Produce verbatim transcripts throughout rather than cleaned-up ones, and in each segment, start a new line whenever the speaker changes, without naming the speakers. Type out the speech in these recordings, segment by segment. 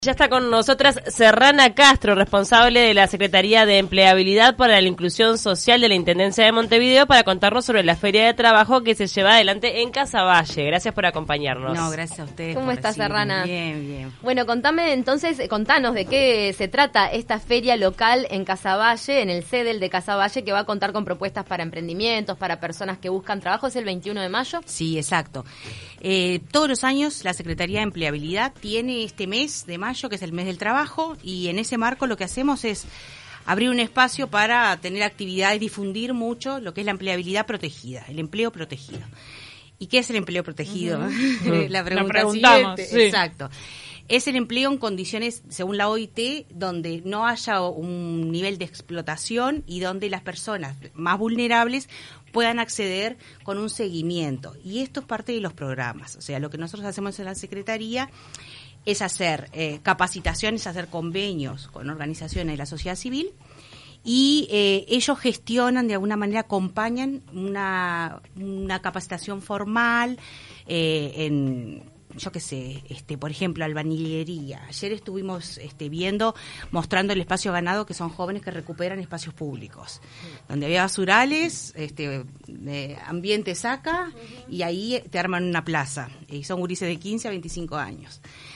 Ya está con nosotras Serrana Castro, responsable de la Secretaría de Empleabilidad para la Inclusión Social de la Intendencia de Montevideo, para contarnos sobre la Feria de Trabajo que se lleva adelante en Casaballe. Gracias por acompañarnos.
No, gracias a ustedes.
¿Cómo estás, Serrana?
Bien, bien.
Bueno, contame entonces, contanos de qué se trata esta feria local en Casaballe, en el C E D E L de Casaballe, que va a contar con propuestas para emprendimientos, para personas que buscan trabajo. ¿Es el veintiuno de mayo?
Sí, exacto. Eh, todos los años la Secretaría de Empleabilidad tiene este mes de mayo, que es el mes del trabajo, y en ese marco lo que hacemos es abrir un espacio para tener actividades, difundir mucho lo que es la empleabilidad protegida, el empleo protegido. ¿Y qué es el empleo protegido? Uh-huh. La pregunta siguiente. Sí. Exacto. Es el empleo en condiciones, según la O I T, donde no haya un nivel de explotación y donde las personas más vulnerables puedan acceder con un seguimiento. Y esto es parte de los programas. O sea, lo que nosotros hacemos en la Secretaría es hacer eh, capacitaciones, hacer convenios con organizaciones de la sociedad civil, y eh, ellos gestionan, de alguna manera acompañan una, una capacitación formal eh, en, yo qué sé, este, por ejemplo, albañilería. Ayer estuvimos este, viendo, mostrando el espacio ganado, que son jóvenes que recuperan espacios públicos, donde había basurales, este, de ambiente saca, y ahí te arman una plaza, y son gurises de quince a veinticinco años.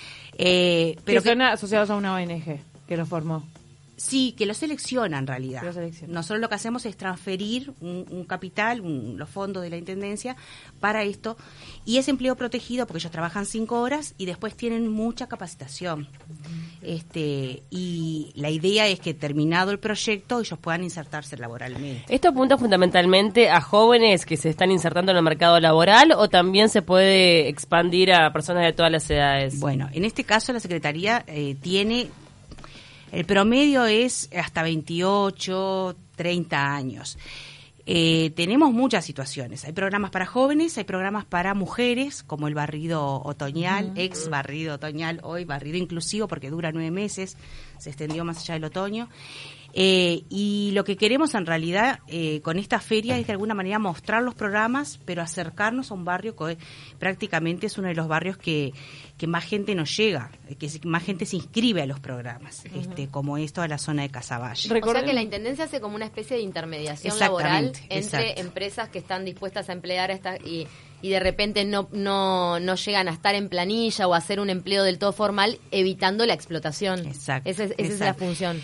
Eh, pero que son que, asociados a una O N G que los formó.
Sí, que los selecciona en realidad. Lo selecciona. Nosotros lo que hacemos es transferir un, un capital, un, los fondos de la Intendencia para esto, y es empleo protegido porque ellos trabajan cinco horas y después tienen mucha capacitación. Uh-huh. Este, y la idea es que terminado el proyecto ellos puedan insertarse laboralmente.
¿Esto apunta fundamentalmente a jóvenes que se están insertando en el mercado laboral o también se puede expandir a personas de todas las edades?
Bueno, en este caso la Secretaría eh, tiene... El promedio es hasta veintiocho, treinta años. Eh, tenemos muchas situaciones. Hay programas para jóvenes, hay programas para mujeres, como el barrido otoñal, uh-huh. ex barrido otoñal, hoy barrido inclusivo porque dura nueve meses, se extendió más allá del otoño. Eh, y lo que queremos en realidad eh, con esta feria es de alguna manera mostrar los programas, pero acercarnos a un barrio que prácticamente es uno de los barrios que, que más gente nos llega, que más gente se inscribe a los programas, uh-huh. este, como es toda la zona de Casaballe.
O sea que la Intendencia hace como una especie de intermediación laboral entre exacto. empresas que están dispuestas a emplear a esta, y, y de repente no, no, no llegan a estar en planilla o a hacer un empleo del todo formal, evitando la explotación. Exacto. Esa, esa exacto. es la función.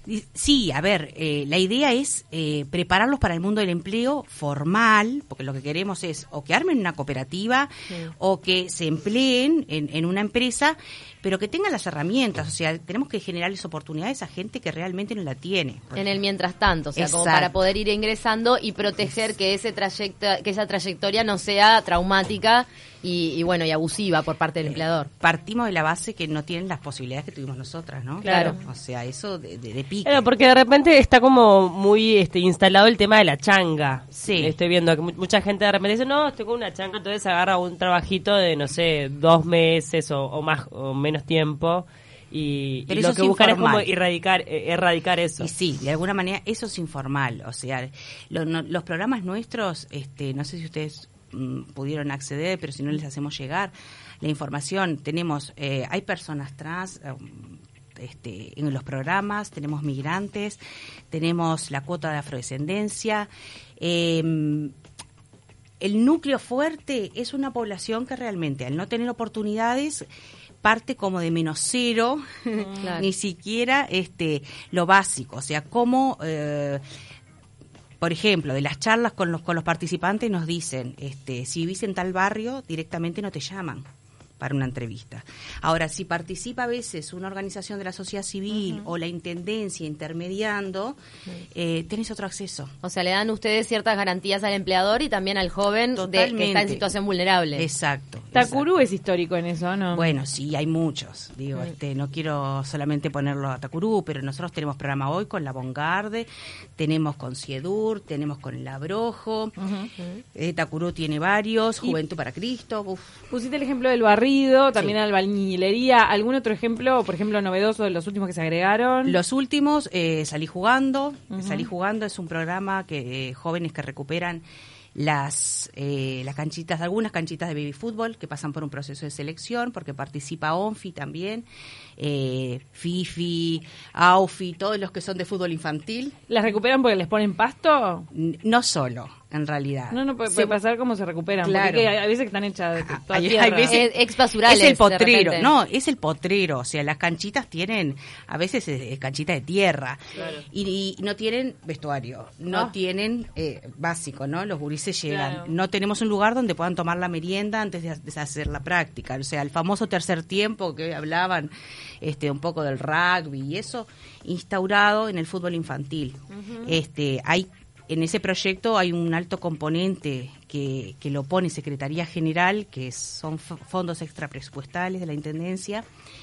Sí, a ver, eh, la idea es eh, prepararlos para el mundo del empleo formal, porque lo que queremos es o que armen una cooperativa sí. o que se empleen en, en una empresa, pero que tengan las herramientas. O sea, tenemos que generarles oportunidades a gente que realmente no la tiene.
En el mientras tanto, o sea, exacto. como para poder ir ingresando y proteger que ese trayecto, que esa trayectoria no sea traumática y, y bueno y abusiva por parte del empleador.
Partimos de la base que no tienen las posibilidades que tuvimos nosotras, ¿no?
Claro.
O sea, eso de, de, de pique.
Claro, porque de repente está como muy este, instalado el tema de la changa.
Sí.
Estoy viendo que mucha gente de repente dice, no, estoy con una changa, entonces agarra un trabajito de, no sé, dos meses o, o más o menos tiempo. Y, y lo que buscan es como erradicar, eh, erradicar eso.
Y sí, de alguna manera eso es informal. O sea, lo, no, los programas nuestros, este, no sé si ustedes mm, pudieron acceder, pero si no les hacemos llegar la información. Tenemos, eh, hay personas trans eh, este, en los programas, tenemos migrantes, tenemos la cuota de afrodescendencia. Eh, el núcleo fuerte es una población que realmente, al no tener oportunidades, parte como de menos cero, claro. ni siquiera este lo básico, o sea, como eh, por ejemplo, de las charlas con los con los participantes nos dicen, este, si vivís en tal barrio, directamente no te llaman para una entrevista. Ahora, si participa a veces una organización de la sociedad civil uh-huh. o la intendencia intermediando, uh-huh. eh, tenés otro acceso.
O sea, le dan ustedes ciertas garantías al empleador y también al joven de, que está en situación vulnerable.
Exacto.
Tacurú
exacto.
es histórico en eso, ¿no?
Bueno, sí, hay muchos. Digo, uh-huh. este, no quiero solamente ponerlo a Tacurú, pero nosotros tenemos programa hoy con la Bongarde, tenemos con Ciedur, tenemos con el Abrojo, uh-huh. eh, Tacurú tiene varios, y Juventud para Cristo. Uf.
Pusiste el ejemplo del barrio. También sí. albañilería. ¿Algún otro ejemplo, por ejemplo, novedoso de los últimos que se agregaron?
Los últimos, eh, Salí Jugando. Uh-huh. Salí Jugando es un programa que eh, jóvenes que recuperan las eh, las canchitas, algunas canchitas de baby fútbol que pasan por un proceso de selección, porque participa ONFI también, eh, FIFI, AUFI, todos los que son de fútbol infantil.
¿Las recuperan porque les ponen pasto?
No solo, en realidad.
No, no, puede, puede pasar cómo se recuperan,
claro.
Porque hay veces que están hechas de toda
hay,
tierra.
hay veces,
ex basurales,
es el potrero, no, es el potrero, o sea, las canchitas tienen, a veces es, es canchita de tierra,
claro.
y, y no tienen vestuario, no
Ah.
tienen eh, básico, ¿no? Los gurises llegan,
Claro.
no tenemos un lugar donde puedan tomar la merienda antes de, de hacer la práctica, o sea, el famoso tercer tiempo que hablaban este un poco del rugby y eso, instaurado en el fútbol infantil. Uh-huh. Este, hay en ese proyecto hay un alto componente que, que lo pone Secretaría General, que son f- fondos extrapresupuestales de la Intendencia,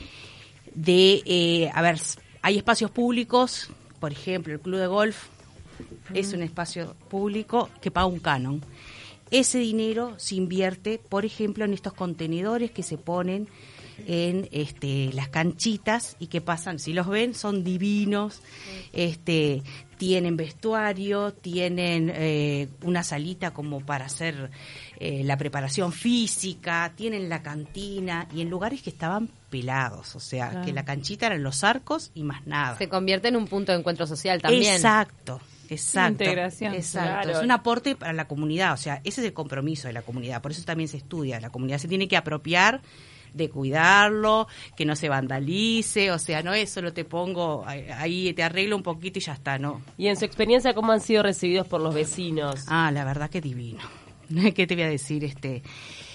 de, eh, a ver, hay espacios públicos, por ejemplo, el Club de Golf uh-huh. es un espacio público que paga un canon. Ese dinero se invierte, por ejemplo, en estos contenedores que se ponen en este las canchitas y que pasan, si los ven, son divinos, este tienen vestuario, tienen eh, una salita como para hacer eh, la preparación física, tienen la cantina, y en lugares que estaban pelados, o sea, claro. que la canchita eran los arcos y más nada.
Se convierte en un punto de encuentro social también.
Exacto. Exacto,
integración,
exacto.
Claro.
Es un aporte para la comunidad, o sea, ese es el compromiso de la comunidad, por eso también se estudia, la comunidad se tiene que apropiar de cuidarlo, que no se vandalice, o sea, no es solo te pongo ahí, te arreglo un poquito y ya está, ¿no?
Y en su experiencia, ¿cómo han sido recibidos por los vecinos?
Ah, la verdad que divino. ¿Qué te voy a decir? Este,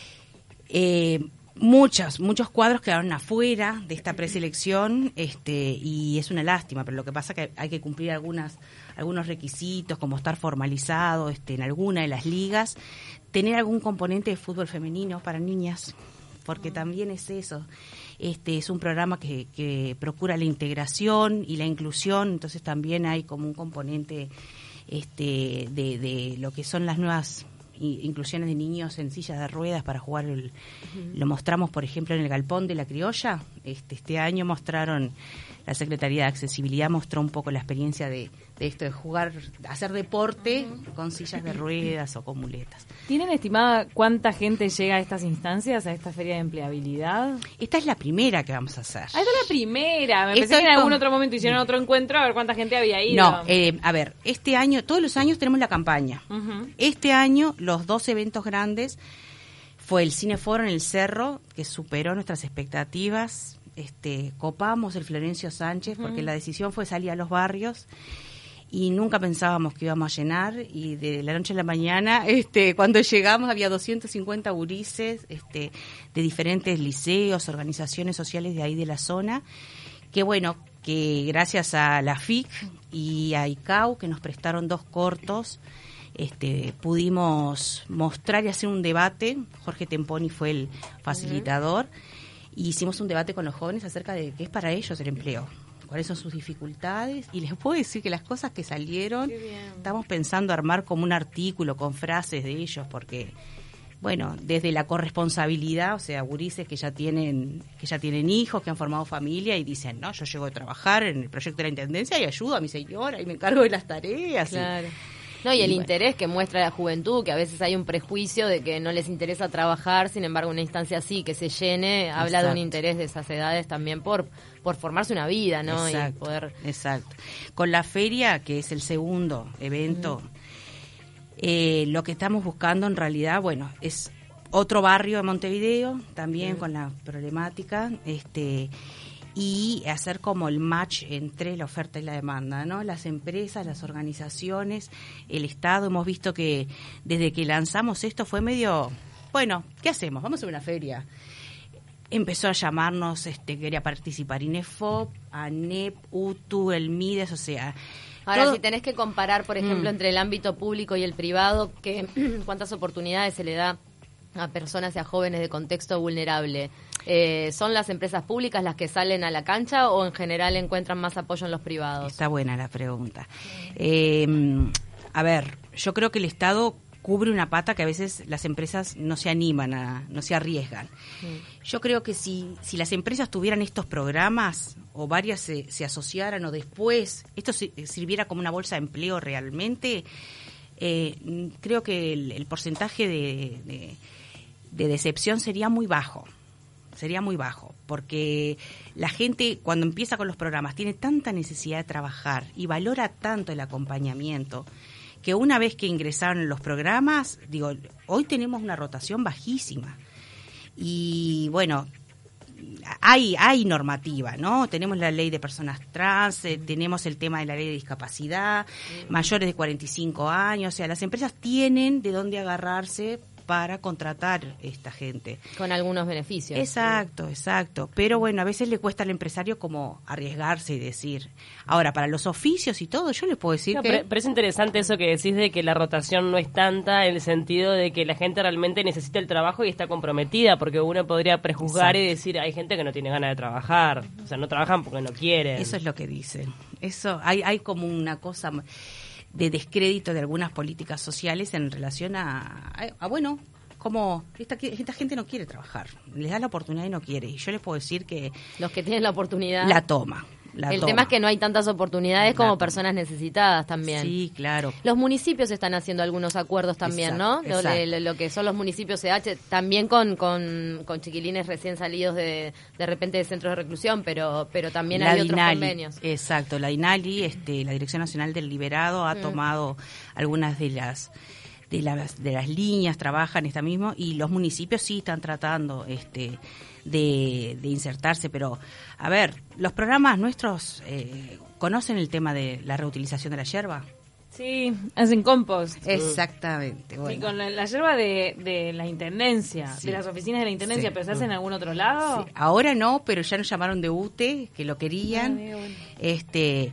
eh, muchos, muchos cuadros quedaron afuera de esta preselección, este, y es una lástima, pero lo que pasa es que hay que cumplir algunas, algunos requisitos, como estar formalizado, este, en alguna de las ligas, tener algún componente de fútbol femenino para niñas, porque también es eso, este es un programa que, que procura la integración y la inclusión, entonces también hay como un componente este de, de lo que son las nuevas inclusiones de niños en sillas de ruedas para jugar, el, uh-huh. lo mostramos por ejemplo en el Galpón de la Criolla, este, este año mostraron, la Secretaría de Accesibilidad mostró un poco la experiencia de, de esto de jugar, hacer deporte uh-huh. con sillas de ruedas o con muletas.
¿Tienen estimada cuánta gente llega a estas instancias, a esta feria de empleabilidad?
Esta es la primera que vamos a hacer.
Ah, esta es la primera. Me pensé
Esto
que en
con...
algún otro momento hicieron otro encuentro a ver cuánta gente había ido.
No, eh, a ver, este año, todos los años tenemos la campaña. Uh-huh. Este año, los dos eventos grandes fue el Cineforo en el Cerro, que superó nuestras expectativas. Este, copamos el Florencio Sánchez, uh-huh. porque la decisión fue salir a los barrios y nunca pensábamos que íbamos a llenar, y de la noche a la mañana, este, cuando llegamos había doscientos cincuenta gurises este, de diferentes liceos, organizaciones sociales de ahí de la zona, que bueno, que gracias a la F I C y a I C A U, que nos prestaron dos cortos, Este, pudimos mostrar y hacer un debate. Jorge Temponi fue el facilitador, uh-huh. y hicimos un debate con los jóvenes acerca de qué es para ellos el empleo, cuáles son sus dificultades, y les puedo decir que las cosas que salieron, estamos pensando armar como un artículo con frases de ellos, porque bueno, desde la corresponsabilidad, o sea, gurises que ya tienen que ya tienen hijos, que han formado familia y dicen, no, yo llego a trabajar en el proyecto de la Intendencia y ayudo a mi señora y me encargo de las tareas.
Claro. No, y el y bueno. interés que muestra la juventud, que a veces hay un prejuicio de que no les interesa trabajar, sin embargo una instancia así, que se llene, exacto. habla de un interés de esas edades también por por formarse una vida, ¿no?
Exacto,
y poder...
exacto. Con la feria, que es el segundo evento, mm. eh, lo que estamos buscando en realidad, bueno, es otro barrio de Montevideo, también mm. con la problemática, este... y hacer como el match entre la oferta y la demanda, ¿no? Las empresas, las organizaciones, el Estado. Hemos visto que desde que lanzamos esto fue medio, bueno, ¿qué hacemos? Vamos a una feria. Empezó a llamarnos, este, quería participar INEFOP, ANEP, UTU, el MIDES, o sea...
Ahora,
todo...
si tenés que comparar, por ejemplo, mm. entre el ámbito público y el privado, ¿qué, ¿cuántas oportunidades se le da a personas y a jóvenes de contexto vulnerable? Eh, ¿Son las empresas públicas las que salen a la cancha o en general encuentran más apoyo en los privados?
Está buena la pregunta. Eh, a ver, yo creo que el Estado cubre una pata que a veces las empresas no se animan, a, no se arriesgan. Sí. Yo creo que si, si las empresas tuvieran estos programas o varias se, se asociaran o después esto se, sirviera como una bolsa de empleo realmente, eh, creo que el, el porcentaje de, de, de decepción sería muy bajo. Sería muy bajo, porque la gente cuando empieza con los programas tiene tanta necesidad de trabajar y valora tanto el acompañamiento que una vez que ingresaron en los programas, digo, hoy tenemos una rotación bajísima. Y bueno, hay hay normativa, ¿no? Tenemos la ley de personas trans, eh, tenemos el tema de la ley de discapacidad, mayores de cuarenta y cinco años, o sea, las empresas tienen de dónde agarrarse para contratar esta gente.
Con algunos beneficios.
Exacto, exacto. Pero bueno, a veces le cuesta al empresario como arriesgarse y decir. Ahora, para los oficios y todo, yo les puedo decir
no,
que...
Pero, pero es interesante eso que decís de que la rotación no es tanta en el sentido de que la gente realmente necesita el trabajo y está comprometida, porque uno podría prejuzgar exacto. y decir, hay gente que no tiene ganas de trabajar. O sea, no trabajan porque no quieren.
Eso es lo que dicen. Eso, hay, hay como una cosa de descrédito de algunas políticas sociales en relación a, a, a bueno, como esta, esta gente no quiere trabajar, les da la oportunidad y no quiere, y yo les puedo decir que
los que tienen la oportunidad
la toma. La
el
toma.
tema es que no hay tantas oportunidades como toma. Personas necesitadas también.
Sí, claro.
Los municipios están haciendo algunos acuerdos también,
exacto,
¿no? Lo, lo, lo que son los municipios C H, también con, con, con chiquilines recién salidos de de repente de centros de reclusión, pero pero también
la
hay
Dinali,
otros convenios.
Exacto, la DINALI, este, la Dirección Nacional del Liberado, ha mm. tomado algunas de las de las de las líneas, trabajan esta mismo, y los municipios sí están tratando este de, de insertarse, pero a ver, los programas nuestros eh, conocen el tema de la reutilización de la yerba.
Sí, hacen compost.
Exactamente. Bueno.
Y con la, la yerba de, de la intendencia,
sí.
de las oficinas de la intendencia,
sí.
¿pero se hace en algún otro lado?
Sí. Ahora no, pero ya nos llamaron de U T E, que lo querían. Ah, bueno. Este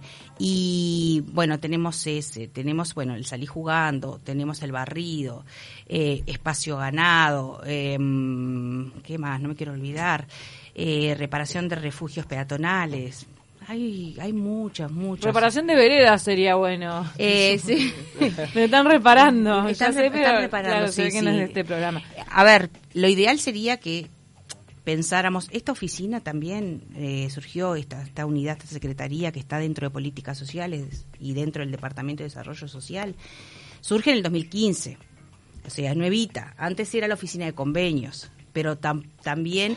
y bueno, tenemos ese, tenemos bueno el Salí Jugando, tenemos el barrido, eh, espacio ganado, eh, ¿qué más? No me quiero olvidar, eh, reparación de refugios peatonales. Hay, hay muchas, muchas.
Reparación de veredas sería bueno.
Eh, sí.
Me están reparando.
Están,
ya sé,
están
pero,
reparando,
claro,
sí,
sé que
sí.
no es de este programa.
A ver, lo ideal sería que pensáramos, esta oficina también eh, surgió, esta, esta unidad, esta secretaría que está dentro de políticas sociales y dentro del Departamento de Desarrollo Social, surge en el dos mil quince, o sea, es nuevita. Antes era la oficina de convenios, pero tam, también...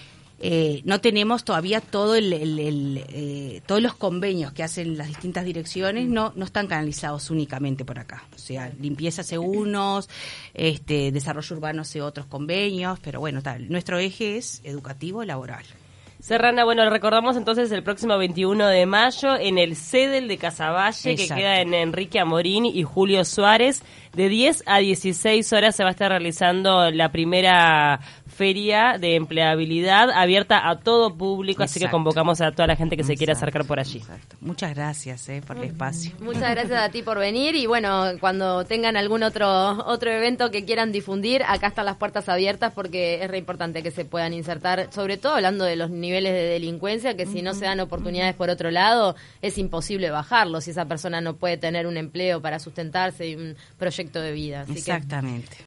Eh, no tenemos todavía todo el, el, el eh, todos los convenios que hacen las distintas direcciones no no están canalizados únicamente por acá, o sea, limpieza hace unos, este desarrollo urbano hace otros convenios, pero bueno, tal, nuestro eje es educativo laboral.
Serrana, bueno, recordamos entonces el próximo veintiuno de mayo en el CEDEL de Casaballe, exacto, que queda en Enrique Amorín y Julio Suárez, de diez a dieciséis horas se va a estar realizando la primera feria de empleabilidad abierta a todo público, exacto, así que convocamos a toda la gente que exacto, se quiera acercar por allí.
Exacto. Muchas gracias eh, por el espacio.
Muchas gracias a ti por venir y bueno, cuando tengan algún otro otro evento que quieran difundir, acá están las puertas abiertas porque es re importante que se puedan insertar, sobre todo hablando de los niveles de delincuencia, que si uh-huh. no se dan oportunidades por otro lado, es imposible bajarlo si esa persona no puede tener un empleo para sustentarse y un proyecto de vida. Así
exactamente.
Que,